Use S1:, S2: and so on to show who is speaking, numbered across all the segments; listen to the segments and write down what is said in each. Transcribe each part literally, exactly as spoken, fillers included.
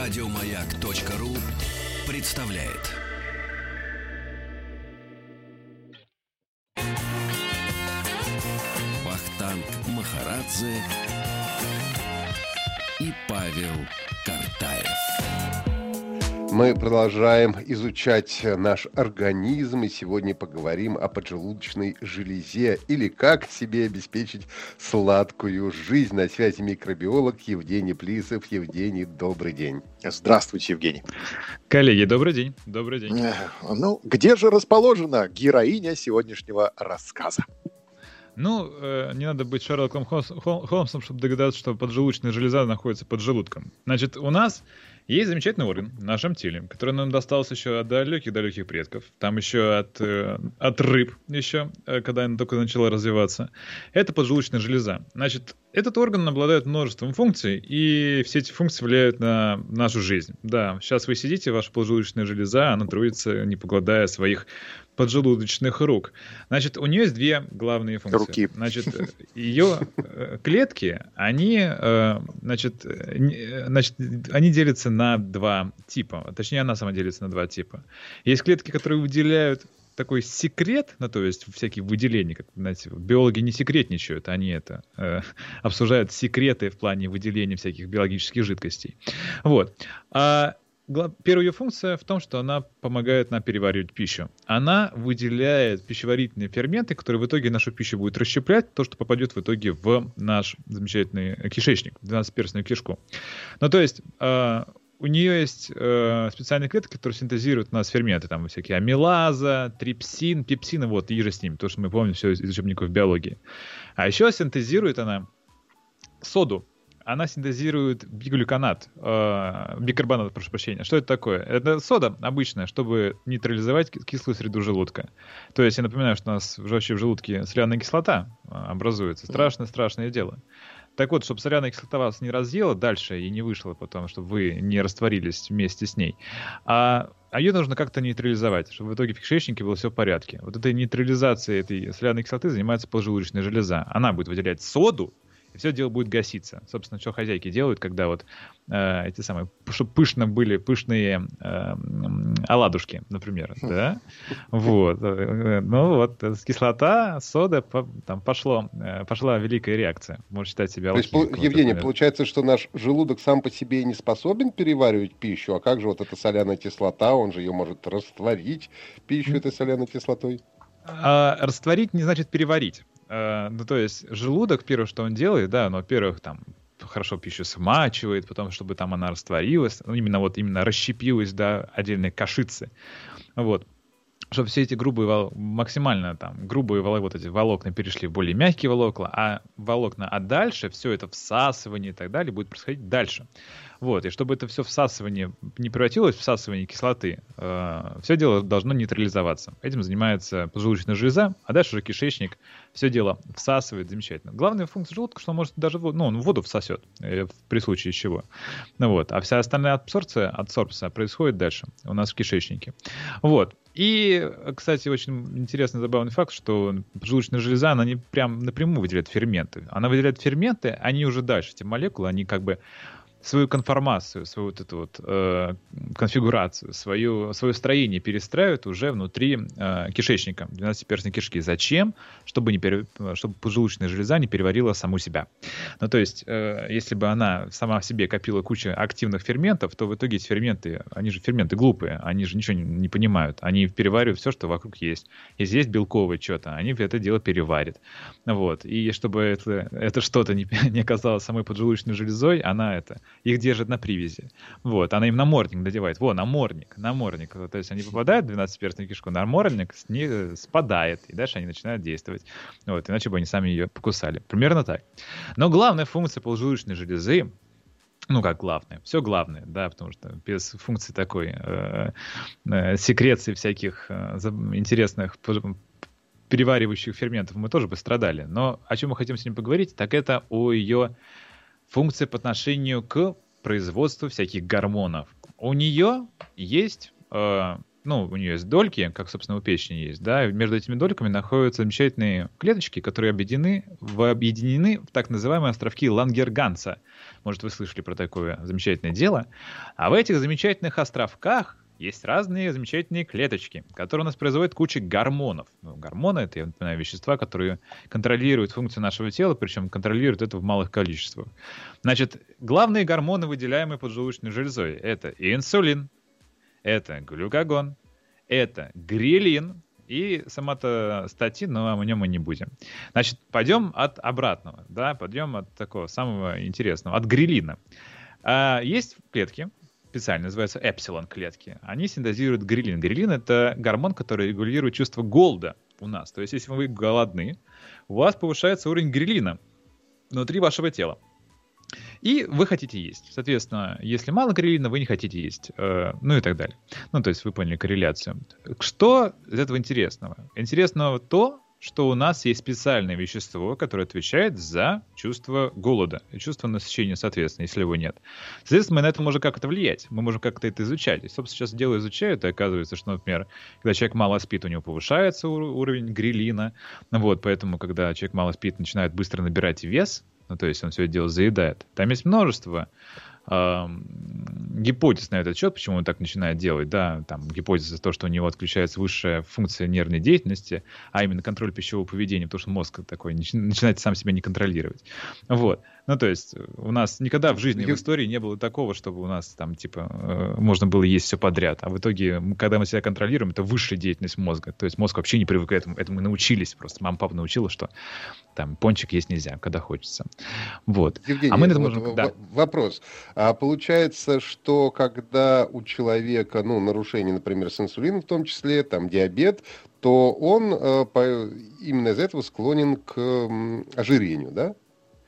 S1: Радиомаяк.ру представляет. Вахтанг Махарадзе и Павел Картаев.
S2: Мы продолжаем изучать наш организм, и сегодня поговорим о поджелудочной железе, или как себе обеспечить сладкую жизнь. На связи микробиолог Евгений Плисов. Евгений, добрый день.
S3: Здравствуйте, Евгений.
S4: Коллеги, добрый день. Добрый день.
S3: Ну, где же расположена героиня сегодняшнего рассказа?
S4: Ну, э, не надо быть Шерлоком Холмсом, чтобы догадаться, что поджелудочная железа находится под желудком. Значит, у нас есть замечательный орган в нашем теле, который нам достался еще от далеких-далеких предков. Там еще от, э, от рыб еще, э, когда она только начала развиваться. Это поджелудочная железа. Значит, этот орган обладает множеством функций, и все эти функции влияют на нашу жизнь. Да, сейчас вы сидите, ваша поджелудочная железа, она трудится, не покладая своих поджелудочных рук. Значит, у нее есть две главные функции.
S3: Руки.
S4: Значит, ее клетки, они, значит, значит, они делятся на два типа. Точнее, она сама делится на два типа. Есть клетки, которые выделяют такой секрет, ну, то есть всякие выделения, как, знаете, биологи не секретничают, они это э, обсуждают секреты в плане выделения всяких биологических жидкостей. Вот. А первая ее функция в том, что она помогает нам переваривать пищу. Она выделяет пищеварительные ферменты, которые в итоге нашу пищу будут расщеплять, то, что попадет в итоге в наш замечательный кишечник, двенадцатиперстную кишку. Ну, то есть э, у нее есть э, специальные клетки, которые синтезируют у нас ферменты, там всякие амилаза, трипсин, пепсин, вот, и же с ними, то, что мы помним все из учебников биологии. А еще синтезирует она соду. Она синтезирует биглюконат, э, бикарбонат, прошу прощения. Что это такое? Это сода обычная, чтобы нейтрализовать кислую среду желудка. То есть я напоминаю, что у нас вообще в желудке соляная кислота образуется. Страшное-страшное дело. Так вот, чтобы соляная кислота вас не разъела дальше и не вышла потом, чтобы вы не растворились вместе с ней, а, а ее нужно как-то нейтрализовать, чтобы в итоге в кишечнике было все в порядке. Вот этой нейтрализацией этой соляной кислоты занимается поджелудочная железа. Она будет выделять соду, и все дело будет гаситься. Собственно, что хозяйки делают, когда вот э, эти самые, чтобы пышно были пышные э, оладушки, например, да? Вот. Ну вот, кислота, сода, там пошло, пошла великая реакция. Можно считать себя алхимиком.
S2: То есть, Евгений, получается, что наш желудок сам по себе не способен переваривать пищу, а как же вот эта соляная кислота, он же ее может растворить, пищу этой соляной кислотой?
S4: А, растворить не значит переварить. Uh, ну, то есть желудок, первое, что он делает, да, но, во-первых, там, хорошо пищу смачивает, потом, чтобы там она растворилась, ну, именно вот, именно расщепилась до отдельной кашицы, вот, чтобы все эти грубые, максимально там, грубые вот эти волокна перешли в более мягкие волокна, а волокна, а дальше все это всасывание и так далее будет происходить дальше. Вот, и чтобы это все всасывание не превратилось в всасывание кислоты, э, все дело должно нейтрализоваться. Этим занимается поджелудочная железа, а дальше уже кишечник все дело всасывает замечательно. Главная функция желудка, что он может даже воду, ну, он воду всосет, э, при случае чего. Ну, вот, а вся остальная абсорбция, адсорбция происходит дальше у нас в кишечнике. Вот. И, кстати, очень интересный, забавный факт, что поджелудочная железа, она не прям напрямую выделяет ферменты. Она выделяет ферменты, они уже дальше, эти молекулы, они как бы свою конформацию, свою вот эту вот э, конфигурацию, свою, свое строение перестраивают уже внутри э, кишечника, двенадцатиперстной кишки. Зачем? Чтобы, не пере... чтобы поджелудочная железа не переварила саму себя. Ну, то есть, э, если бы она сама в себе копила кучу активных ферментов, то в итоге эти ферменты, они же ферменты глупые, они же ничего не, не понимают. Они переваривают все, что вокруг есть. Если есть белковое что-то, они это дело переварят. Вот. И чтобы это, это что-то не, не оказалось самой поджелудочной железой, она это... их держит на привязи. Вот. Она им намордник надевает. Во, намордник, намордник. То есть они попадают в двенадцатиперстную кишку, намордник с ней спадает, и дальше они начинают действовать. Вот. Иначе бы они сами ее покусали. Примерно так. Но главная функция поджелудочной железы, ну, как главное, все главное, да, потому что без функции такой э, э, секреции всяких э, интересных переваривающих ферментов мы тоже бы страдали. Но о чем мы хотим с ним поговорить, так это о ее функции по отношению к производству всяких гормонов. У нее есть э, ну, у нее есть дольки, как, собственно, у печени есть, да, и между этими дольками находятся замечательные клеточки, которые объединены в, объединены в так называемые островки Лангерганса. Может, вы слышали про такое замечательное дело. А в этих замечательных островках есть разные замечательные клеточки, которые у нас производят кучу гормонов. Ну, гормоны — это, я напоминаю, вещества, которые контролируют функцию нашего тела, причем контролируют это в малых количествах. Значит, главные гормоны, выделяемые поджелудочной железой, это инсулин, это глюкагон, это грелин и соматостатин, но о нем мы не будем. Значит, пойдем от обратного, да, пойдем от такого самого интересного, от грелина. А, есть клетки, специально называются эпсилон-клетки. Они синтезируют грелин. Грелин — это гормон, который регулирует чувство голода у нас. То есть, если вы голодны, у вас повышается уровень грелина внутри вашего тела. И вы хотите есть. Соответственно, если мало грелина, вы не хотите есть. Э, ну и так далее. Ну, то есть вы поняли корреляцию. Что из этого интересного? Интересного то, что у нас есть специальное вещество, которое отвечает за чувство голода и чувство насыщения, соответственно, если его нет. Соответственно, мы на это можем как-то влиять, мы можем как-то это изучать. И, собственно, сейчас дело изучают, и оказывается, что, например, когда человек мало спит, у него повышается уровень грелина. Вот, поэтому, когда человек мало спит, начинает быстро набирать вес, ну, то есть он все это дело заедает. Там есть множество э, гипотез на этот счет, почему он так начинает делать. Да, там гипотеза то, что у него отключается высшая функция нервной деятельности, а именно контроль пищевого поведения, потому что мозг такой начинает сам себя не контролировать. Вот. Ну, то есть у нас никогда в жизни, в истории не было такого, чтобы у нас там, типа, э, можно было есть все подряд. А в итоге, когда мы себя контролируем, это высшая деятельность мозга. То есть мозг вообще не привык к этому. Это мы научились просто. Мама, папа научила, что там пончик есть нельзя, когда хочется. Вот.
S2: Евгений,
S4: а мы это
S2: вот
S4: можем...
S2: в-
S4: Да.
S2: вопрос. А получается, что когда у человека, ну, нарушение, например, с инсулином в том числе, там, диабет, то он э, по- именно из-за этого склонен к м, ожирению, да?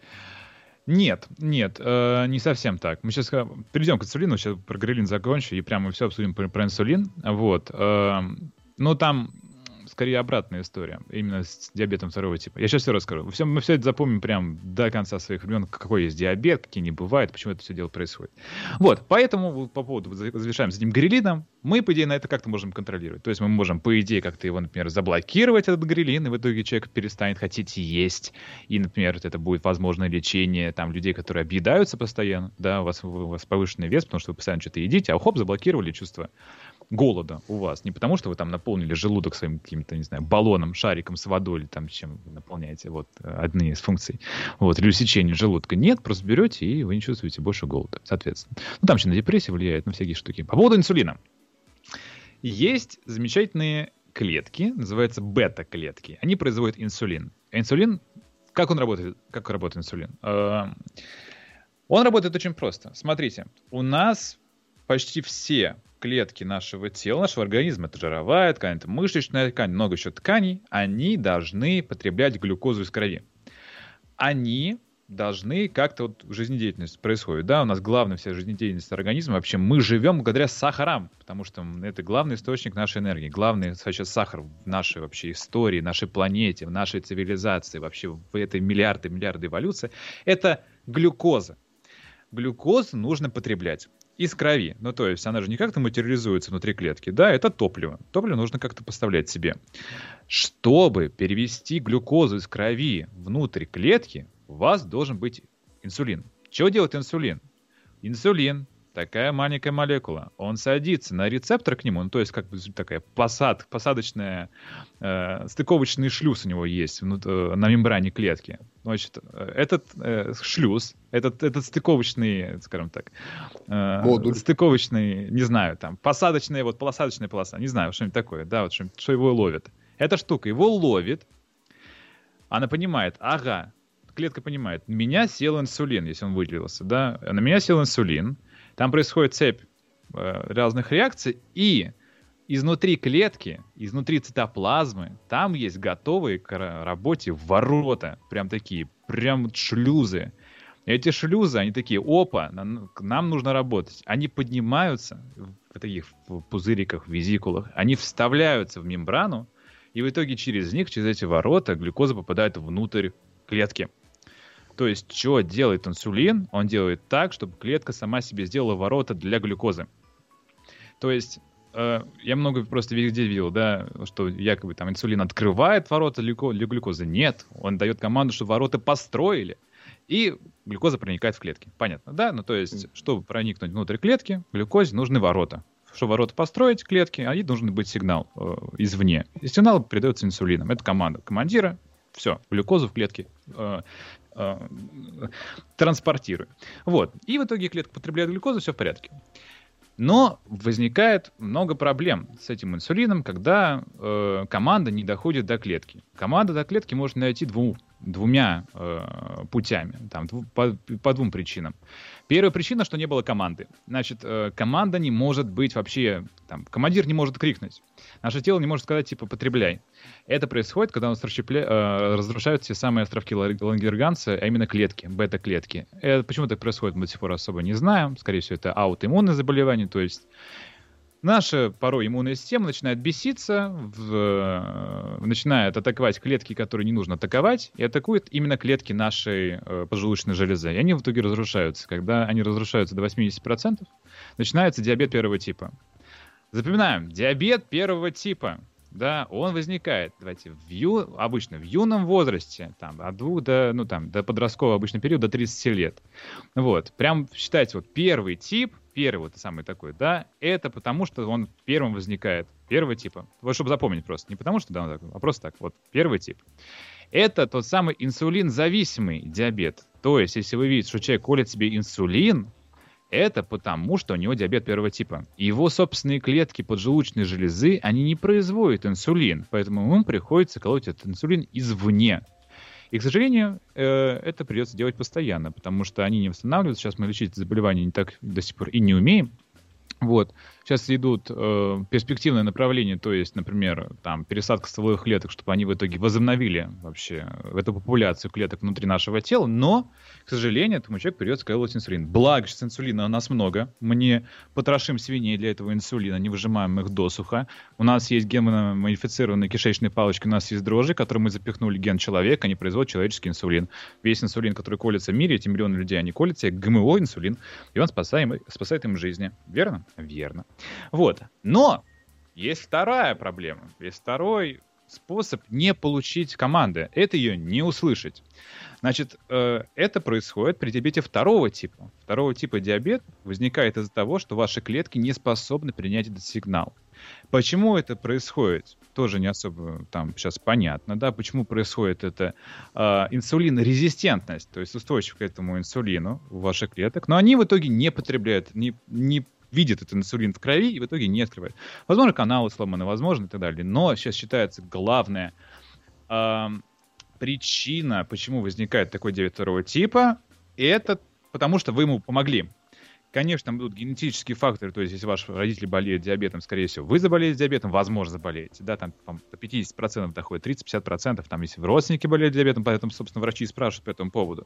S4: Нет, нет, э, не совсем так. Мы сейчас перейдем к инсулину, сейчас про грелин закончу, и прямо все обсудим про, про инсулин. Вот. Э, но там скорее обратная история, именно с диабетом второго типа. Я сейчас все расскажу. Все, мы все это запомним прям до конца своих времен, какой есть диабет, какие не бывают, почему это все дело происходит. Вот, поэтому по поводу, завершаем с этим грелином, мы, по идее, на это как-то можем контролировать. То есть мы можем, по идее, как-то его, например, заблокировать, этот грелин, и в итоге человек перестанет хотеть есть. И, например, это будет возможное лечение там, людей, которые объедаются постоянно, да, у вас, у вас повышенный вес, потому что вы постоянно что-то едите, а хоп, заблокировали чувство голода у вас. Не потому, что вы там наполнили желудок своим каким-то, не знаю, баллоном, шариком с водой или там чем вы наполняете, вот, одни из функций. Вот, или усечение желудка. Нет, просто берете, и вы не чувствуете больше голода, соответственно. Ну, там еще на депрессию влияет, на всякие штуки. По поводу инсулина. Есть замечательные клетки, называются бета-клетки. Они производят инсулин. А инсулин, как он работает? Как работает инсулин? Э, Он работает очень просто. Смотрите, у нас почти все клетки нашего тела, нашего организма, это жировая ткань, это мышечная ткань, много еще тканей, они должны потреблять глюкозу из крови. Они должны как-то вот жизнедеятельность происходит. Да, у нас главная вся жизнедеятельность организма. Вообще мы живем благодаря сахарам, потому что это главный источник нашей энергии. Главный сейчас сахар в нашей вообще истории, нашей планете, в нашей цивилизации, вообще в этой миллиарды, миллиарды эволюции. Это глюкоза. Глюкозу нужно потреблять из крови. Ну, то есть она же не как-то материализуется внутри клетки. Да, это топливо. Топливо нужно как-то поставлять себе. Чтобы перевести глюкозу из крови внутрь клетки, у вас должен быть инсулин. Что делает инсулин? Инсулин, такая маленькая молекула, он садится на рецептор к нему, ну, то есть как бы такая посад, посадочная, э, стыковочный шлюз у него есть внут- э, на мембране клетки. Значит, этот э, шлюз, этот, этот стыковочный, скажем так, э,
S2: Модуль.
S4: стыковочный, не знаю, там, посадочная, вот посадочная полоса, не знаю, что-нибудь такое, да, вот что, что его ловит. Эта штука его ловит, она понимает, ага, клетка понимает, у меня сел инсулин, если он выделился, да, на меня сел инсулин, там происходит цепь э, разных реакций, и изнутри клетки, изнутри цитоплазмы, там есть готовые к работе ворота, прям такие, прям шлюзы. Эти шлюзы, они такие, опа, нам, нам нужно работать. Они поднимаются в таких в пузыриках, в визикулах, они вставляются в мембрану, и в итоге через них, через эти ворота, глюкоза попадает внутрь клетки. То есть, что делает инсулин? Он делает так, чтобы клетка сама себе сделала ворота для глюкозы. То есть, э, я много просто везде видел, да, что якобы там инсулин открывает ворота для глюкозы. Нет, он дает команду, чтобы ворота построили, и глюкоза проникает в клетки. Понятно, да? Ну, то есть, чтобы проникнуть внутрь клетки, глюкозе нужны ворота. Чтобы ворота построить клетки, они должен быть сигнал э, извне. И сигнал передается инсулином. Это команда командира. Все, глюкозу в клетке э, э, транспортирует. Вот. И в итоге клетка потребляет глюкозу, все в порядке. Но возникает много проблем с этим инсулином, когда э, команда не доходит до клетки. Команда до клетки можно найти дву, двумя э, путями, там, дву, по, по двум причинам. Первая причина, что не было команды. Значит, э, команда не может быть вообще, там, командир не может крикнуть. Наше тело не может сказать, типа, потребляй. Это происходит, когда у нас расщепля... э, разрушаются все самые островки Лангерганса, а именно клетки, бета-клетки. Это, почему так происходит, мы до сих пор особо не знаем. Скорее всего, это аутоиммунное заболевание, то есть наша порой иммунная система начинает беситься, в, начинает атаковать клетки, которые не нужно атаковать, и атакует именно клетки нашей э, поджелудочной железы. И они в итоге разрушаются. Когда они разрушаются до восемьдесят процентов, начинается диабет первого типа. Запоминаем, диабет первого типа. Да, он возникает, давайте, в ю... обычно в юном возрасте, там, от двух до, ну, там, до подросткового обычно периода, до тридцати лет. Вот, прям считайте, вот первый тип, первый вот самый такой, да, это потому, что он первым возникает, первого типа. Вот, чтобы запомнить просто, не потому что, да, а просто так, вот, первый тип. Это тот самый инсулинзависимый диабет. То есть, если вы видите, что человек колет себе инсулин, это потому, что у него диабет первого типа. Его собственные клетки поджелудочной железы, они не производят инсулин, поэтому ему приходится колоть этот инсулин извне. И, к сожалению, э, это придется делать постоянно, потому что они не восстанавливаются. Сейчас мы лечить заболевания не так до сих пор и не умеем. Вот. Сейчас идут э, перспективные направления, то есть, например, там, пересадка стволовых клеток, чтобы они в итоге возобновили вообще эту популяцию клеток внутри нашего тела, но, к сожалению, этому человеку придется колоть инсулин. Благо, сейчас инсулина у нас много, мы не потрошим свиней для этого инсулина, не выжимаем их досуха. У нас есть генно-модифицированные кишечные палочки, у нас есть дрожжи, которые мы запихнули ген человека, они производят человеческий инсулин. Весь инсулин, который колется в мире, эти миллионы людей, они колятся, ГМО-инсулин, и он спасает, спасает им жизни. Верно? Верно. Вот. Но есть вторая проблема. Есть второй способ не получить команды. Это ее не услышать. Значит, э, это происходит при диабете второго типа. Второго типа диабет возникает из-за того, что ваши клетки не способны принять этот сигнал. Почему это происходит? Тоже не особо там сейчас понятно, да, почему происходит это э, инсулинорезистентность, то есть устойчивость к этому инсулину у ваших клеток, но они в итоге не потребляют, не, не видит этот инсулин в крови и в итоге не открывает. Возможно, каналы сломаны, возможно, и так далее. Но сейчас считается главная э, причина, почему возникает такой диабет второго типа, это потому, что вы ему помогли. Конечно, будут генетические факторы, то есть если ваш родитель болеет диабетом, скорее всего, вы заболеете диабетом, возможно, заболеете, да, там до пятьдесят процентов доходит, тридцать-пятьдесят процентов, там, если родственники болеют диабетом, поэтому, собственно, врачи спрашивают по этому поводу.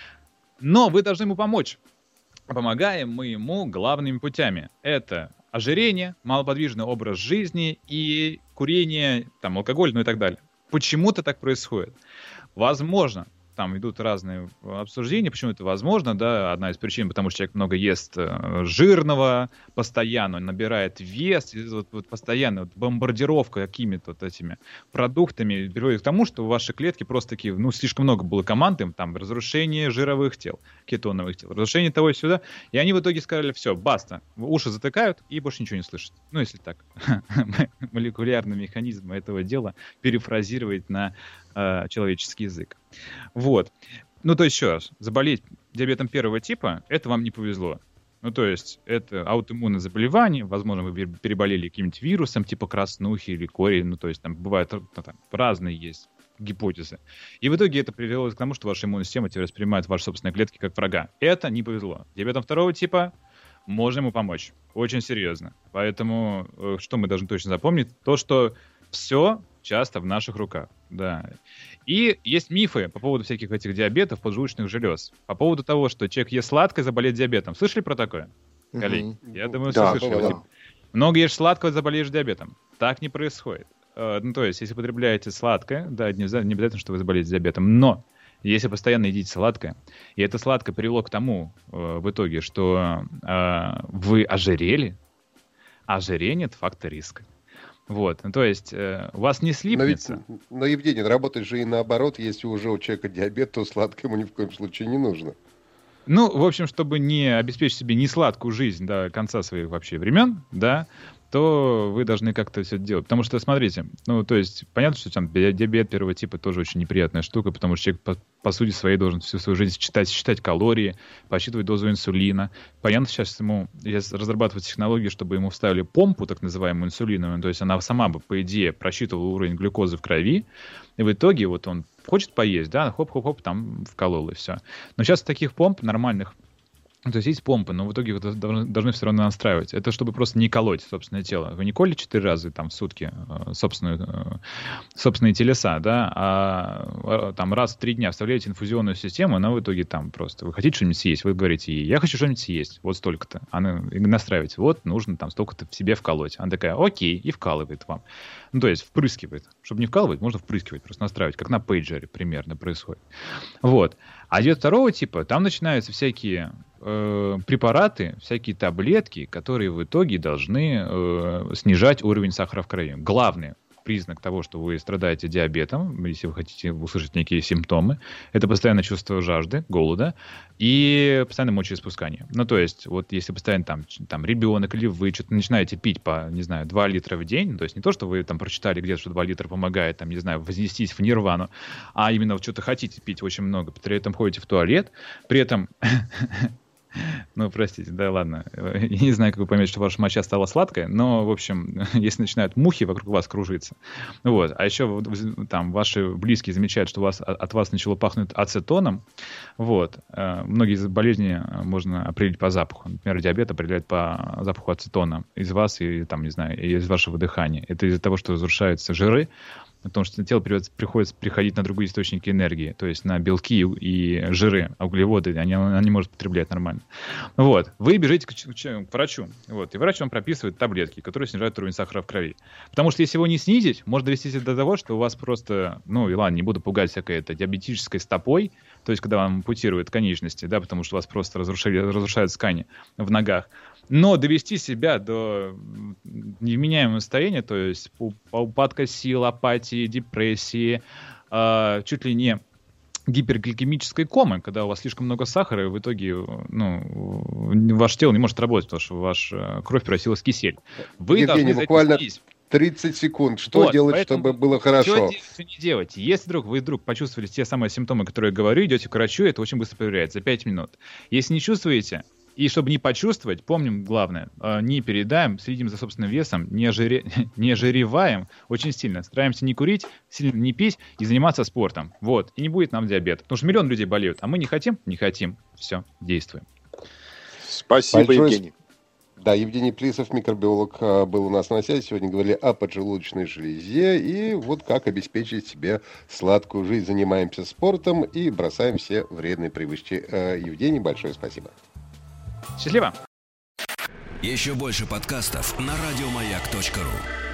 S4: Но вы должны ему помочь. Помогаем мы ему главными путями. Это ожирение, малоподвижный образ жизни и курение, там, алкоголь, ну и так далее. Почему-то так происходит. Возможно, там идут разные обсуждения, почему это возможно, да, одна из причин, потому что человек много ест жирного, постоянно набирает вес, и вот, вот постоянно вот бомбардировка какими-то вот этими продуктами приводит к тому, что ваши клетки просто такие, ну, слишком много было команды, там, разрушение жировых тел, кетоновых тел, разрушение того и сюда, и они в итоге сказали, все, баста, уши затыкают и больше ничего не слышат. Ну, если так, молекулярный механизм этого дела перефразировать на э, человеческий язык. Вот. Ну, то есть, еще раз, заболеть диабетом первого типа, это вам не повезло. Ну, то есть, это аутоиммунное заболевание, возможно, вы переболели каким-нибудь вирусом, типа краснухи или кори, ну, то есть, там бывают ну, там, разные есть гипотезы. И в итоге это привело к тому, что ваша иммунная система теперь воспринимает ваши собственные клетки как врага. Это не повезло. Диабетом второго типа можно ему помочь. Очень серьезно. Поэтому, что мы должны точно запомнить? То, что все часто в наших руках. Да. И есть мифы по поводу всяких этих диабетов, поджелудочных желез. По поводу того, что человек ест сладкое, заболеет диабетом. Слышали про такое, коллеги? Mm-hmm. Я думаю, все да, слышали. Да. Много ешь сладкого, заболеешь диабетом. Так не происходит. Ну, то есть, если потребляете сладкое, да, не обязательно, что вы заболеете диабетом, но если постоянно едите сладкое, и это сладкое привело к тому, в итоге, что вы ожирели, ожирение — это фактор риска. Вот, ну, то есть э, у вас не слипнется.
S2: Но, ведь, но, Евгений, работать же и наоборот, если уже у человека диабет, то сладкое ему ни в коем случае не нужно.
S4: Ну, в общем, чтобы не обеспечить себе несладкую жизнь до конца своих вообще времен, да, то вы должны как-то все это делать. Потому что, смотрите, ну, то есть, понятно, что там диабет первого типа тоже очень неприятная штука, потому что человек, по, по сути своей, должен всю свою жизнь считать, считать калории, посчитывать дозу инсулина. Понятно, сейчас ему разрабатывать технологии, чтобы ему вставили помпу, так называемую инсулиновую, то есть она сама бы, по идее, просчитывала уровень глюкозы в крови, и в итоге вот он хочет поесть, да, хоп-хоп-хоп, там вколол, и все. Но сейчас таких помп нормальных, то есть есть помпы, но в итоге вы должны, должны все равно настраивать. Это чтобы просто не колоть собственное тело. Вы не колите четыре раза там, в сутки э, собственную, э, собственные телеса, да, а э, там раз в три дня вставляете инфузионную систему, она в итоге там просто... Вы хотите что-нибудь съесть, вы говорите ей, я хочу что-нибудь съесть, вот столько-то. Она настраиваете, вот нужно там столько-то в себе вколоть. Она такая, окей, и вкалывает вам. Ну, то есть впрыскивает. Чтобы не вкалывать, можно впрыскивать, просто настраивать, как на пейджере примерно происходит. Вот. А диабет второго типа, там начинаются всякие э, препараты, всякие таблетки, которые в итоге должны э, снижать уровень сахара в крови. Главный признак того, что вы страдаете диабетом, если вы хотите услышать некие симптомы, это постоянное чувство жажды, голода и постоянное мочеиспускание. Ну, то есть, вот если постоянно там, там ребенок или вы что-то начинаете пить по, не знаю, два литра в день, то есть не то, что вы там прочитали где-то, что два литра помогает, там, не знаю, вознестись в нирвану, а именно вот что-то хотите пить очень много, при этом ходите в туалет, при этом... Ну, простите, да ладно. Я не знаю, как вы поймете, что ваша моча стала сладкая, но, в общем, если начинают мухи вокруг вас кружиться, вот, а еще там ваши близкие замечают, что у вас, от вас начало пахнуть ацетоном, вот, многие болезни можно определить по запаху. Например, диабет определяют по запаху ацетона из вас и, там, не знаю, из вашего дыхания. Это из-за того, что разрушаются жиры, потому что тело приходится переходить на другие источники энергии, то есть на белки и жиры, а углеводы они, они не может потреблять нормально. Вот. Вы бежите к, к врачу, вот, и врач вам прописывает таблетки, которые снижают уровень сахара в крови. Потому что если его не снизить, может довести до того, что у вас просто, ну и ладно, не буду пугать всякой это диабетической стопой, то есть когда вам ампутируют конечности, да, потому что у вас просто разрушают ткани в ногах. Но довести себя до невменяемого состояния, то есть упадка сил, апатии, депрессии, э, чуть ли не гипергликемической комы, когда у вас слишком много сахара, и в итоге ну, ваше тело не может работать, потому что ваша кровь превратилась в кисель. Вы
S2: Евгений,
S4: должны
S2: буквально тридцать секунд. Что
S4: вот,
S2: делать, чтобы было хорошо?
S4: Что делать, что не делать? Если вдруг вы вдруг почувствовали те самые симптомы, которые я говорю, идете к врачу, это очень быстро проверяется, за пять минут. Если не чувствуете, и чтобы не почувствовать, помним главное, не переедаем, следим за собственным весом, не, ожире... не ожиреваем очень сильно, стараемся не курить, сильно не пить и заниматься спортом. Вот, и не будет нам диабета. Потому что миллион людей болеют, а мы не хотим? Не хотим. Все, действуем.
S3: Спасибо, Большой... Евгений.
S2: Да, Евгений Плисов, микробиолог, был у нас на связи. Сегодня говорили о поджелудочной железе и вот как обеспечить себе сладкую жизнь. Занимаемся спортом и бросаем все вредные привычки. Евгений, большое спасибо.
S4: Счастливо!
S1: Еще больше подкастов на радиомаяк точка ру.